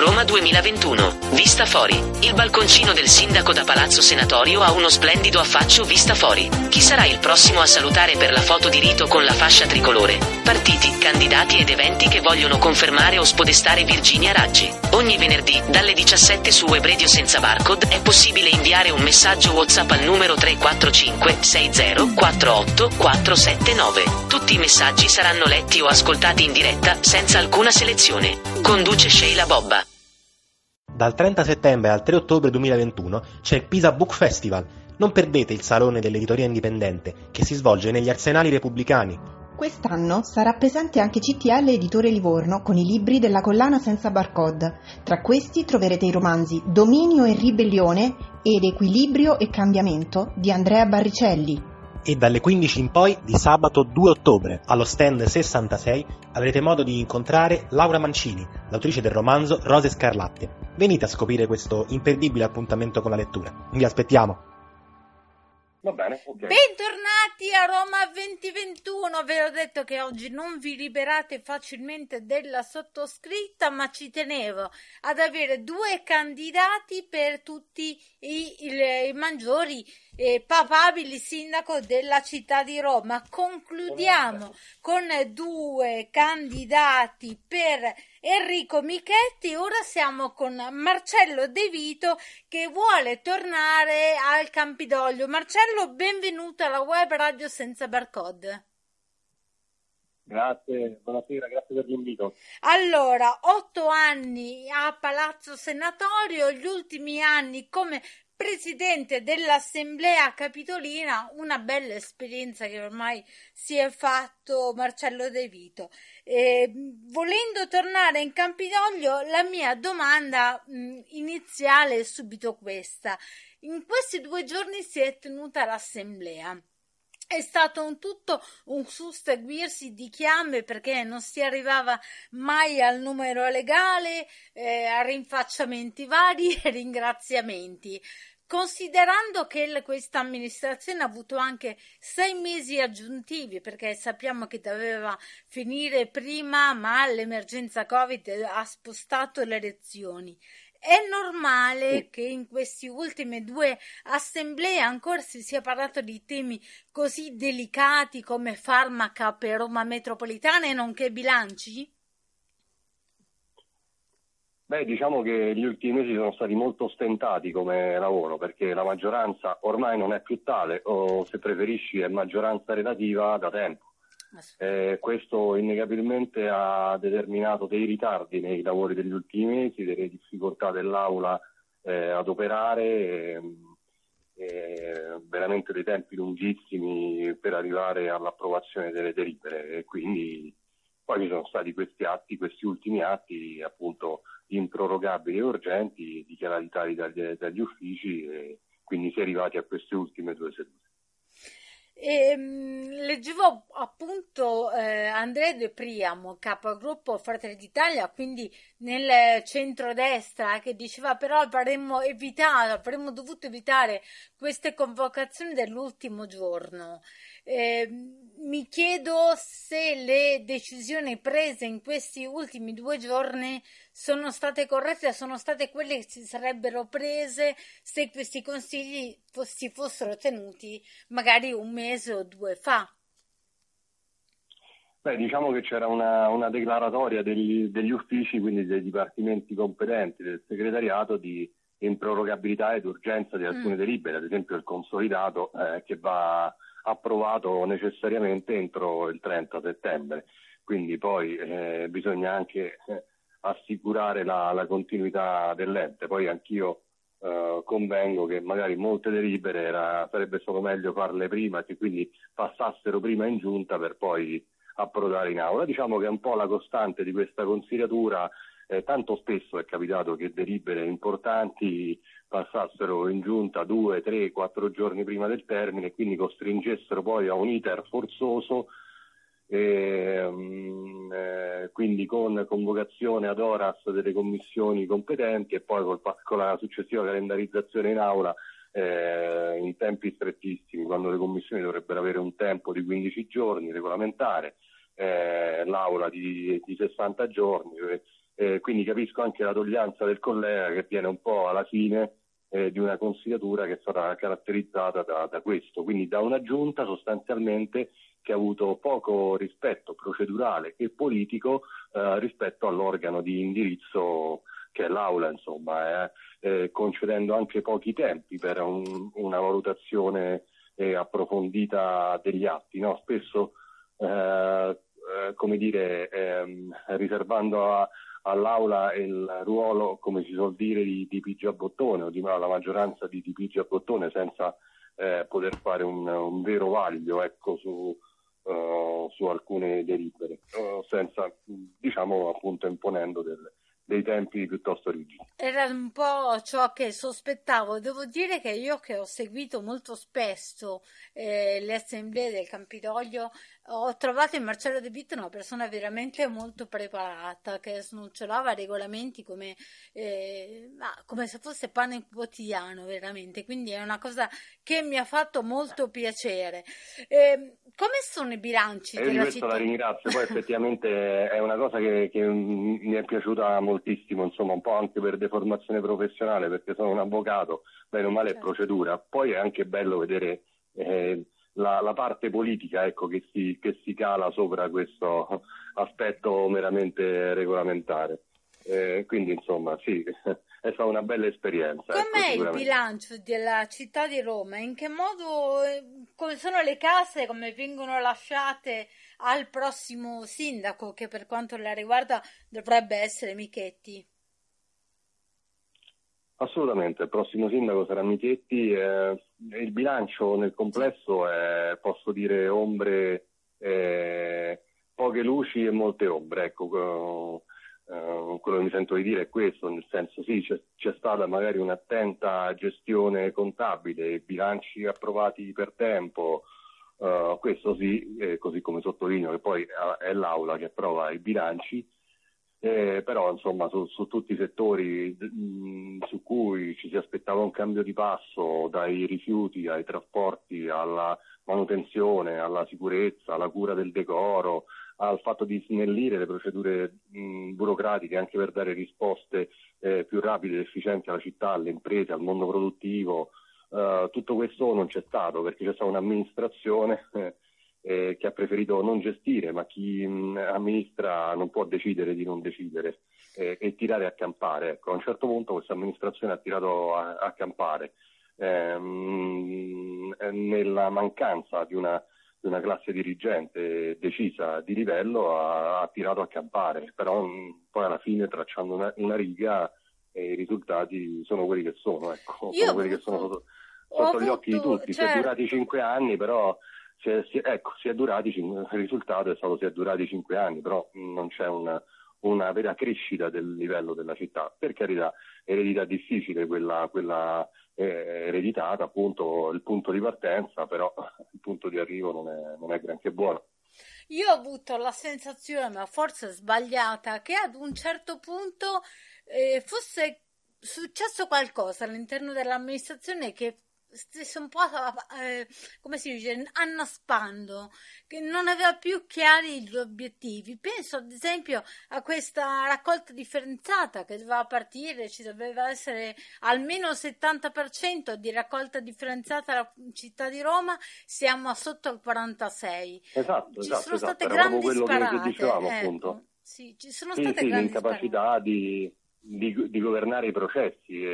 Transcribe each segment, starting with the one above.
Roma 2021. Vista Fori. Il balconcino del sindaco da Palazzo Senatorio ha uno splendido affaccio vista fuori. Chi sarà il prossimo a salutare per la foto di rito con la fascia tricolore? Partiti, candidati ed eventi che vogliono confermare o spodestare Virginia Raggi. Ogni venerdì, dalle 17 su Web Radio senza barcode, è possibile inviare un messaggio WhatsApp al numero 345 60 48 479. Tutti i messaggi saranno letti o ascoltati in diretta, senza alcuna selezione. Conduce Sheila Bobba. Dal 30 settembre al 3 ottobre 2021 c'è il Pisa Book Festival. Non perdete il Salone dell'Editoria Indipendente, che si svolge negli Arsenali Repubblicani. Quest'anno sarà presente anche CTL Editore Livorno con i libri della collana senza barcode. Tra questi troverete i romanzi Dominio e Ribellione ed Equilibrio e Cambiamento di Andrea Barricelli. E dalle 15 in poi di sabato 2 ottobre allo stand 66 avrete modo di incontrare Laura Mancini, l'autrice del romanzo Rose Scarlatte. Venite a scoprire questo imperdibile appuntamento con la lettura. Vi aspettiamo! Va bene, ok. Bentornati a Roma 2021, ve l'ho detto che oggi non vi liberate facilmente della sottoscritta, ma ci tenevo ad avere due candidati per tutti i maggiori papabili sindaco della città di Roma. Concludiamo con due candidati per Enrico Michetti. Ora siamo con Marcello De Vito che vuole tornare al Campidoglio. Marcello, benvenuto alla Web Radio senza barcode. Grazie, buonasera, grazie per l'invito. Allora, 8 anni a Palazzo Senatorio, gli ultimi anni come presidente dell'Assemblea Capitolina, una bella esperienza che ormai si è fatto Marcello De Vito. Volendo tornare in Campidoglio, la mia domanda iniziale è subito questa. In questi 2 giorni si è tenuta l'Assemblea. È stato tutto un susseguirsi di chiame perché non si arrivava mai al numero legale, a rinfacciamenti vari e ringraziamenti. Considerando che questa amministrazione ha avuto anche 6 mesi aggiuntivi, perché sappiamo che doveva finire prima, ma l'emergenza Covid ha spostato le elezioni. È normale che in queste ultime 2 assemblee ancora si sia parlato di temi così delicati come farmaca per Roma metropolitana e nonché bilanci? Beh, diciamo che gli ultimi mesi sono stati molto stentati come lavoro, perché la maggioranza ormai non è più tale, o se preferisci è maggioranza relativa da tempo. Questo innegabilmente ha determinato dei ritardi nei lavori degli ultimi mesi, delle difficoltà dell'Aula ad operare, veramente dei tempi lunghissimi per arrivare all'approvazione delle delibere, e quindi poi ci sono stati questi ultimi atti appunto improrogabili e urgenti, dichiarati tali dagli uffici, e quindi si è arrivati a queste ultime 2 sedute. Leggevo appunto Andrea De Priamo, capogruppo Fratelli d'Italia, quindi nel centrodestra, che diceva però avremmo dovuto evitare queste convocazioni dell'ultimo giorno. Mi chiedo se le decisioni prese in questi ultimi 2 giorni sono state corrette, sono state quelle che si sarebbero prese se questi consigli si fossero tenuti magari 1 mese o 2 fa. Beh, diciamo che c'era una declaratoria degli uffici, quindi dei dipartimenti competenti, del segretariato, di improrogabilità ed urgenza di alcune delibere, ad esempio il consolidato che va approvato necessariamente entro il 30 settembre, quindi poi bisogna anche assicurare la continuità dell'ente. Poi anch'io convengo che magari molte delibere sarebbe stato meglio farle prima, che quindi passassero prima in giunta per poi approdare in aula. Diciamo che è un po' la costante di questa consigliatura. Tanto spesso è capitato che delibere importanti passassero in giunta 2, 3, 4 giorni prima del termine, e quindi costringessero poi a un iter forzoso, quindi con convocazione ad horas delle commissioni competenti e poi con la successiva calendarizzazione in aula in tempi strettissimi, quando le commissioni dovrebbero avere un tempo di 15 giorni regolamentare, l'aula di 60 giorni, quindi capisco anche la doglianza del collega che viene un po' alla fine di una consigliatura che è stata caratterizzata da questo, quindi da una giunta sostanzialmente che ha avuto poco rispetto procedurale e politico rispetto all'organo di indirizzo che è l'Aula, insomma, concedendo anche pochi tempi per una valutazione approfondita degli atti, no? Spesso come dire, riservando all'Aula il ruolo, come si suol dire, di pigia bottone o di la maggioranza di pigia bottone senza poter fare un vero vaglio, ecco, su alcune delibere, senza, diciamo, appunto imponendo dei tempi piuttosto rigidi. Era un po' ciò che sospettavo. Devo dire che io, che ho seguito molto spesso le assemblee del Campidoglio, ho trovato in Marcello De Vitt una persona veramente molto preparata, che snocciolava regolamenti come se fosse pane quotidiano, veramente. Quindi è una cosa che mi ha fatto molto piacere. Come sono i bilanci della città? Io di questo la ringrazio, poi effettivamente è una cosa che mi è piaciuta moltissimo, insomma, un po' anche per deformazione professionale, perché sono un avvocato, bene o male è procedura, poi è anche bello vedere la parte politica, ecco, che si cala sopra questo aspetto meramente regolamentare. Quindi insomma sì, è stata una bella esperienza. Com'è ecco, il bilancio della città di Roma? In che modo, come sono le case, come vengono lasciate al prossimo sindaco, che per quanto la riguarda dovrebbe essere Michetti? Assolutamente, il prossimo sindaco sarà Michetti. Il bilancio nel complesso è, posso dire, ombre, poche luci e molte ombre, ecco. Quello che mi sento di dire è questo, nel senso sì, c'è stata magari un'attenta gestione contabile, bilanci approvati per tempo, questo sì, così come sottolineo che poi è l'Aula che approva i bilanci, però insomma su tutti i settori su cui ci si aspettava un cambio di passo, dai rifiuti ai trasporti, alla manutenzione, alla sicurezza, alla cura del decoro, al fatto di snellire le procedure burocratiche anche per dare risposte più rapide ed efficienti alla città, alle imprese, al mondo produttivo. Tutto questo non c'è stato perché c'è stata un'amministrazione che ha preferito non gestire, ma chi amministra non può decidere di non decidere e tirare a campare. Ecco, a un certo punto questa amministrazione ha tirato a campare nella mancanza di una classe dirigente decisa di livello, ha tirato a campare, però poi alla fine, tracciando una riga, i risultati sono quelli che sono, ecco, sono quelli che sono sotto gli occhi di tutti. Certo. Si è durati 5 anni, però si è durati, il risultato è stato si è durati 5 anni, però non c'è una vera crescita del livello della città. Per carità, eredità difficile quella ereditata, appunto il punto di partenza, però il punto di arrivo non è granché buono. Io ho avuto la sensazione, ma forse sbagliata, che ad un certo punto fosse successo qualcosa all'interno dell'amministrazione che stesse un po' come si dice, annaspando, che non aveva più chiari gli obiettivi. Penso ad esempio a questa raccolta differenziata che doveva partire, ci doveva essere almeno il 70% di raccolta differenziata alla città di Roma, siamo a sotto al 46%. Esatto, ci sono state era grandi quello sparate, che dicevamo, ecco. appunto. Sì, ci sono state grandi l'incapacità di governare i processi.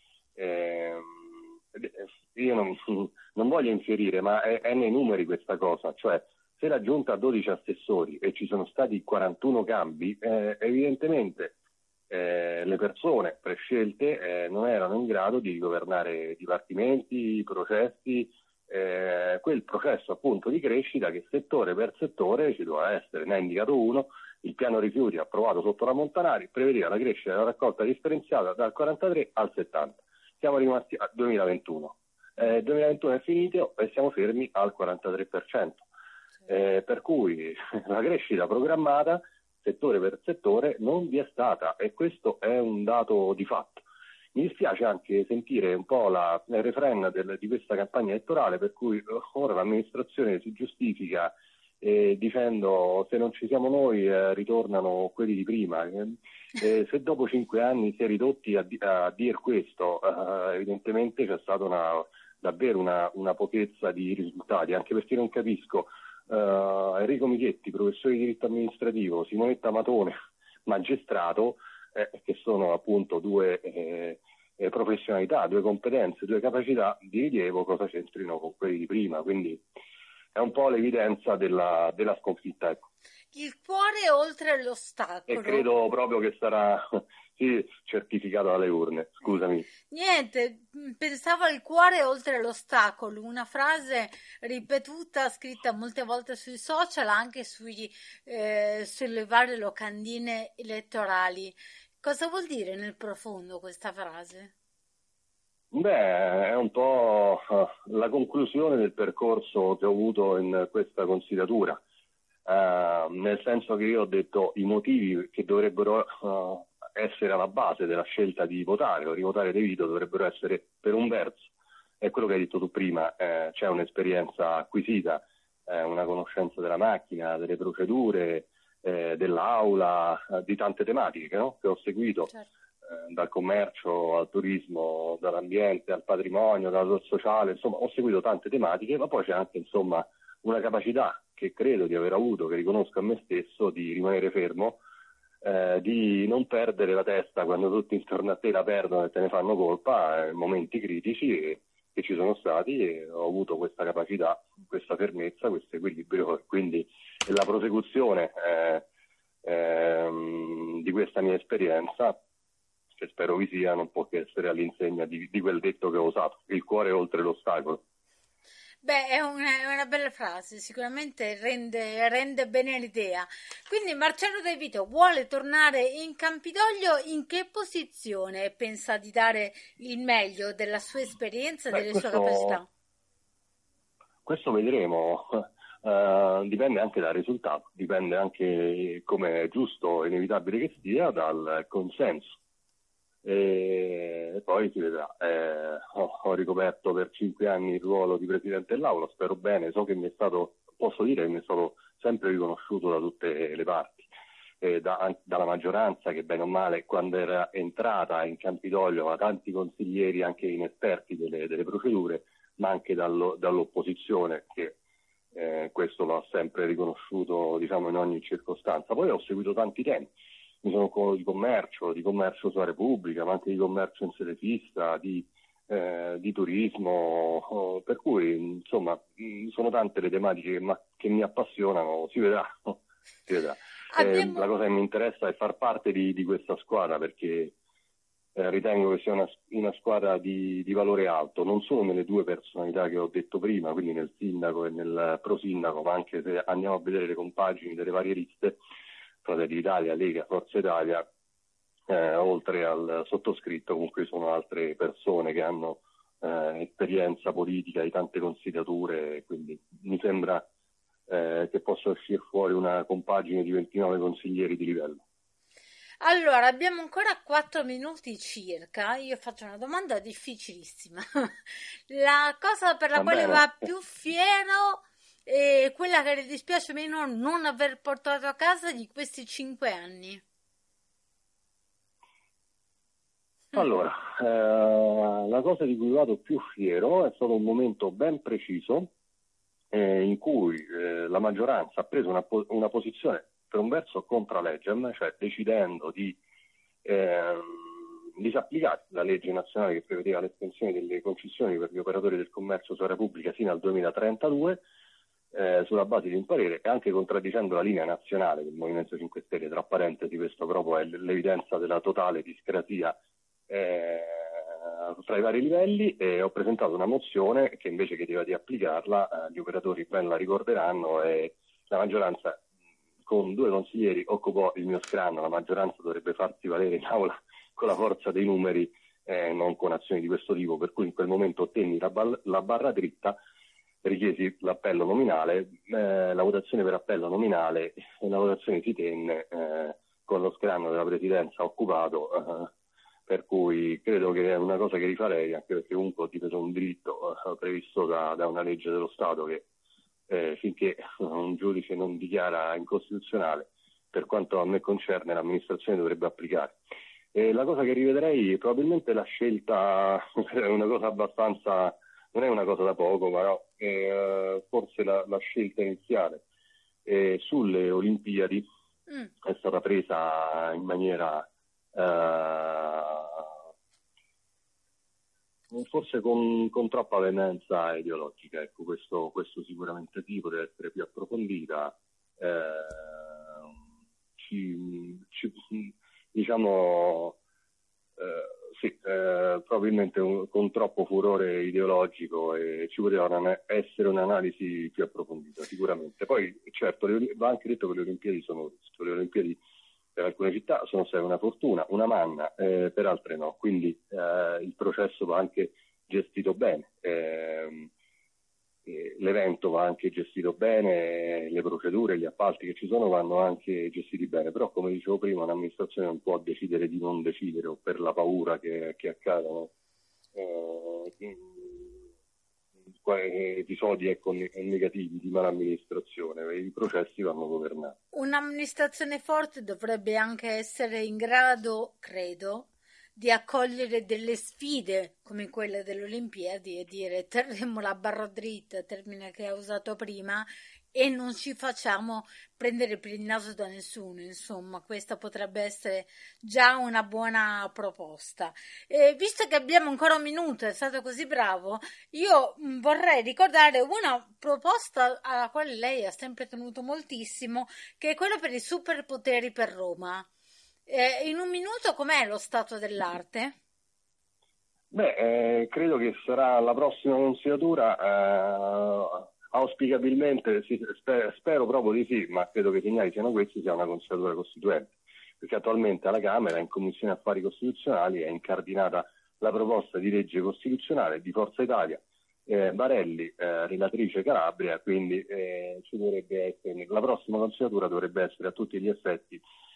Io non voglio infierire, ma è nei numeri questa cosa, cioè se la giunta ha 12 assessori e ci sono stati 41 cambi, evidentemente le persone prescelte non erano in grado di governare dipartimenti, processi, quel processo appunto di crescita che settore per settore ci doveva essere. Ne ha indicato uno: il piano rifiuti approvato sotto la Montanari prevedeva la crescita della raccolta differenziata dal 43 al 70. Siamo rimasti al 2021. 2021 è finito e siamo fermi al 43%. Per cui la crescita programmata, settore per settore, non vi è stata, e questo è un dato di fatto. Mi dispiace anche sentire un po' il refrain di questa campagna elettorale, per cui ora l'amministrazione si giustifica e dicendo se non ci siamo noi ritornano quelli di prima. Se dopo 5 anni si è ridotti a dire questo, evidentemente c'è stata davvero una pochezza di risultati, anche perché non capisco Enrico Michetti, professore di diritto amministrativo, Simonetta Matone, magistrato, che sono appunto due professionalità, due competenze, due capacità di rilievo, cosa c'entrino con quelli di prima, quindi è un po' l'evidenza della sconfitta. Ecco. Il cuore oltre l'ostacolo. E credo proprio che sarà certificato dalle urne, scusami. Niente, pensavo al cuore oltre l'ostacolo, una frase ripetuta, scritta molte volte sui social, anche sulle varie locandine elettorali. Cosa vuol dire nel profondo questa frase? Beh, è un po' la conclusione del percorso che ho avuto in questa consigliatura, nel senso che io ho detto i motivi che dovrebbero essere alla base della scelta di votare o rivotare De Vito dovrebbero essere, per un verso, è quello che hai detto tu prima, c'è un'esperienza acquisita, una conoscenza della macchina, delle procedure, dell'aula, di tante tematiche, no? Che ho seguito. Certo. Dal commercio al turismo, dall'ambiente al patrimonio, dal sociale, insomma ho seguito tante tematiche, ma poi c'è anche insomma una capacità che credo di aver avuto, che riconosco a me stesso, di rimanere fermo, di non perdere la testa quando tutti intorno a te la perdono e te ne fanno colpa, momenti critici che ci sono stati, e ho avuto questa capacità, questa fermezza, questo equilibrio, e quindi la prosecuzione di questa mia esperienza, che spero vi sia, non può che essere all'insegna di quel detto che ho usato, il cuore oltre l'ostacolo. Beh, è una bella frase, sicuramente rende bene l'idea. Quindi Marcello De Vito vuole tornare in Campidoglio, in che posizione pensa di dare il meglio della sua esperienza e delle sue capacità? Questo vedremo, dipende anche dal risultato, dipende anche, come è giusto e inevitabile che sia, dal consenso. E poi si vedrà. Ho ricoperto per 5 anni il ruolo di presidente dell'Aula, spero bene, so che posso dire che mi è stato sempre riconosciuto da tutte le parti, dalla maggioranza che bene o male quando era entrata in Campidoglio aveva tanti consiglieri anche inesperti delle procedure, ma anche dall'opposizione che questo lo ha sempre riconosciuto, diciamo, in ogni circostanza. Poi ho seguito tanti temi. Mi sono occupato di commercio sulla Repubblica, ma anche di commercio in sede fissa, di turismo, per cui insomma sono tante le tematiche che mi appassionano, si vedrà. Si vedrà. La cosa che mi interessa è far parte di questa squadra, perché ritengo che sia una squadra di valore alto, non solo nelle due personalità che ho detto prima, quindi nel sindaco e nel prosindaco, ma anche se andiamo a vedere le compagini delle varie liste, Fratelli d'Italia, Lega, Forza Italia, oltre al sottoscritto comunque sono altre persone che hanno esperienza politica di tante consigliature, quindi mi sembra che possa uscire fuori una compagine di 29 consiglieri di livello. Allora, abbiamo ancora 4 minuti circa, io faccio una domanda difficilissima. La cosa per la quale va più fiero e quella che le dispiace meno non aver portato a casa di questi 5 anni? Allora, la cosa di cui vado più fiero è stato un momento ben preciso in cui la maggioranza ha preso una posizione per un verso contra legem, cioè decidendo di disapplicare la legge nazionale che prevedeva l'estensione delle concessioni per gli operatori del commercio sulla Repubblica fino al 2032, sulla base di un parere, e anche contraddicendo la linea nazionale del Movimento 5 Stelle, tra parentesi questo proprio è l'evidenza della totale discrasia tra i vari livelli, e ho presentato una mozione che invece chiedeva di applicarla, gli operatori ben la ricorderanno, e la maggioranza con 2 consiglieri occupò il mio scranno. La maggioranza dovrebbe farsi valere in aula con la forza dei numeri, non con azioni di questo tipo, per cui in quel momento ottenni la barra dritta, richiesi l'appello nominale, la votazione per appello nominale, e la votazione si tenne con lo scranno della presidenza occupato, per cui credo che è una cosa che rifarei, anche perché comunque ho difeso un diritto previsto da una legge dello Stato che finché un giudice non dichiara incostituzionale, per quanto a me concerne, l'amministrazione dovrebbe applicare. La cosa che rivedrei probabilmente la scelta, è una cosa abbastanza, non è una cosa da poco, ma forse la scelta iniziale sulle Olimpiadi è stata presa in maniera forse con troppa veemenza ideologica. Ecco, questo sicuramente sì, potrebbe essere più approfondita. Diciamo sì, probabilmente con troppo furore ideologico, e ci poteva essere un'analisi più approfondita sicuramente. Poi certo va anche detto che le Olimpiadi sono un rischio. Le Olimpiadi per alcune città sono state una fortuna, una manna, per altre no, quindi il processo va anche gestito bene. L'evento va anche gestito bene, le procedure, gli appalti che ci sono vanno anche gestiti bene, però come dicevo prima un'amministrazione non può decidere di non decidere, o per la paura che accadano episodi negativi di malamministrazione. I processi vanno governati. Un'amministrazione forte dovrebbe anche essere in grado, credo, di accogliere delle sfide come quelle delle Olimpiadi e dire terremo la barra dritta, termine che ha usato prima, e non ci facciamo prendere per il naso da nessuno. Insomma, questa potrebbe essere già una buona proposta. Visto che abbiamo ancora un minuto, è stato così bravo, io vorrei ricordare una proposta alla quale lei ha sempre tenuto moltissimo, che è quella per i superpoteri per Roma. In un minuto, com'è lo stato dell'arte? Credo che sarà la prossima consigliatura, auspicabilmente, sì, spero proprio di sì, ma credo che i segnali siano questi, sia una consigliatura costituente, perché attualmente alla Camera, in Commissione Affari Costituzionali, è incardinata la proposta di legge costituzionale di Forza Italia, Barelli, relatrice Calabria, quindi ci dovrebbe essere, la prossima consigliatura dovrebbe essere a tutti gli effetti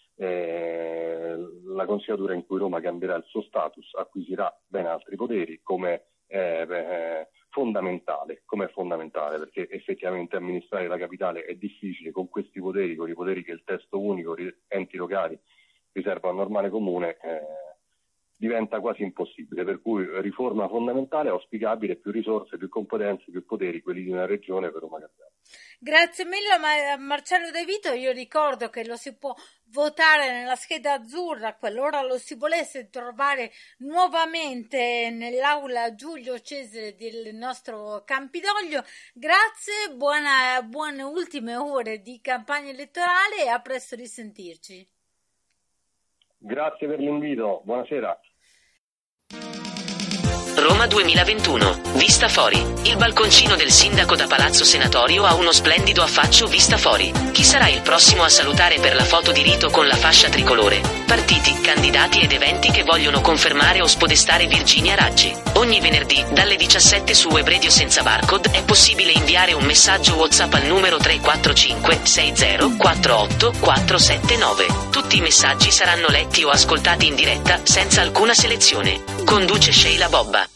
la consigliatura in cui Roma cambierà il suo status, acquisirà ben altri poteri, come fondamentale, perché effettivamente amministrare la capitale è difficile con questi poteri, con i poteri che il testo unico, enti locali riserva al normale comune, diventa quasi impossibile, per cui riforma fondamentale, auspicabile, più risorse, più competenze, più poteri, quelli di una regione per Roma Capitale. Grazie mille Marcello De Vito. Io ricordo che lo si può votare nella scheda azzurra, qualora lo si volesse trovare nuovamente nell'aula Giulio Cesare del nostro Campidoglio. Grazie, buone ultime ore di campagna elettorale e a presto risentirci. Grazie per l'invito, buonasera. Roma 2021. Vista fuori. Il balconcino del sindaco da Palazzo Senatorio ha uno splendido affaccio vista fuori. Chi sarà il prossimo a salutare per la foto di rito con la fascia tricolore? Partiti, candidati ed eventi che vogliono confermare o spodestare Virginia Raggi. Ogni venerdì, dalle 17 su Web Radio senza barcode, è possibile inviare un messaggio WhatsApp al numero 345 60 48 479. Tutti i messaggi saranno letti o ascoltati in diretta, senza alcuna selezione. Conduce Sheila Bobba.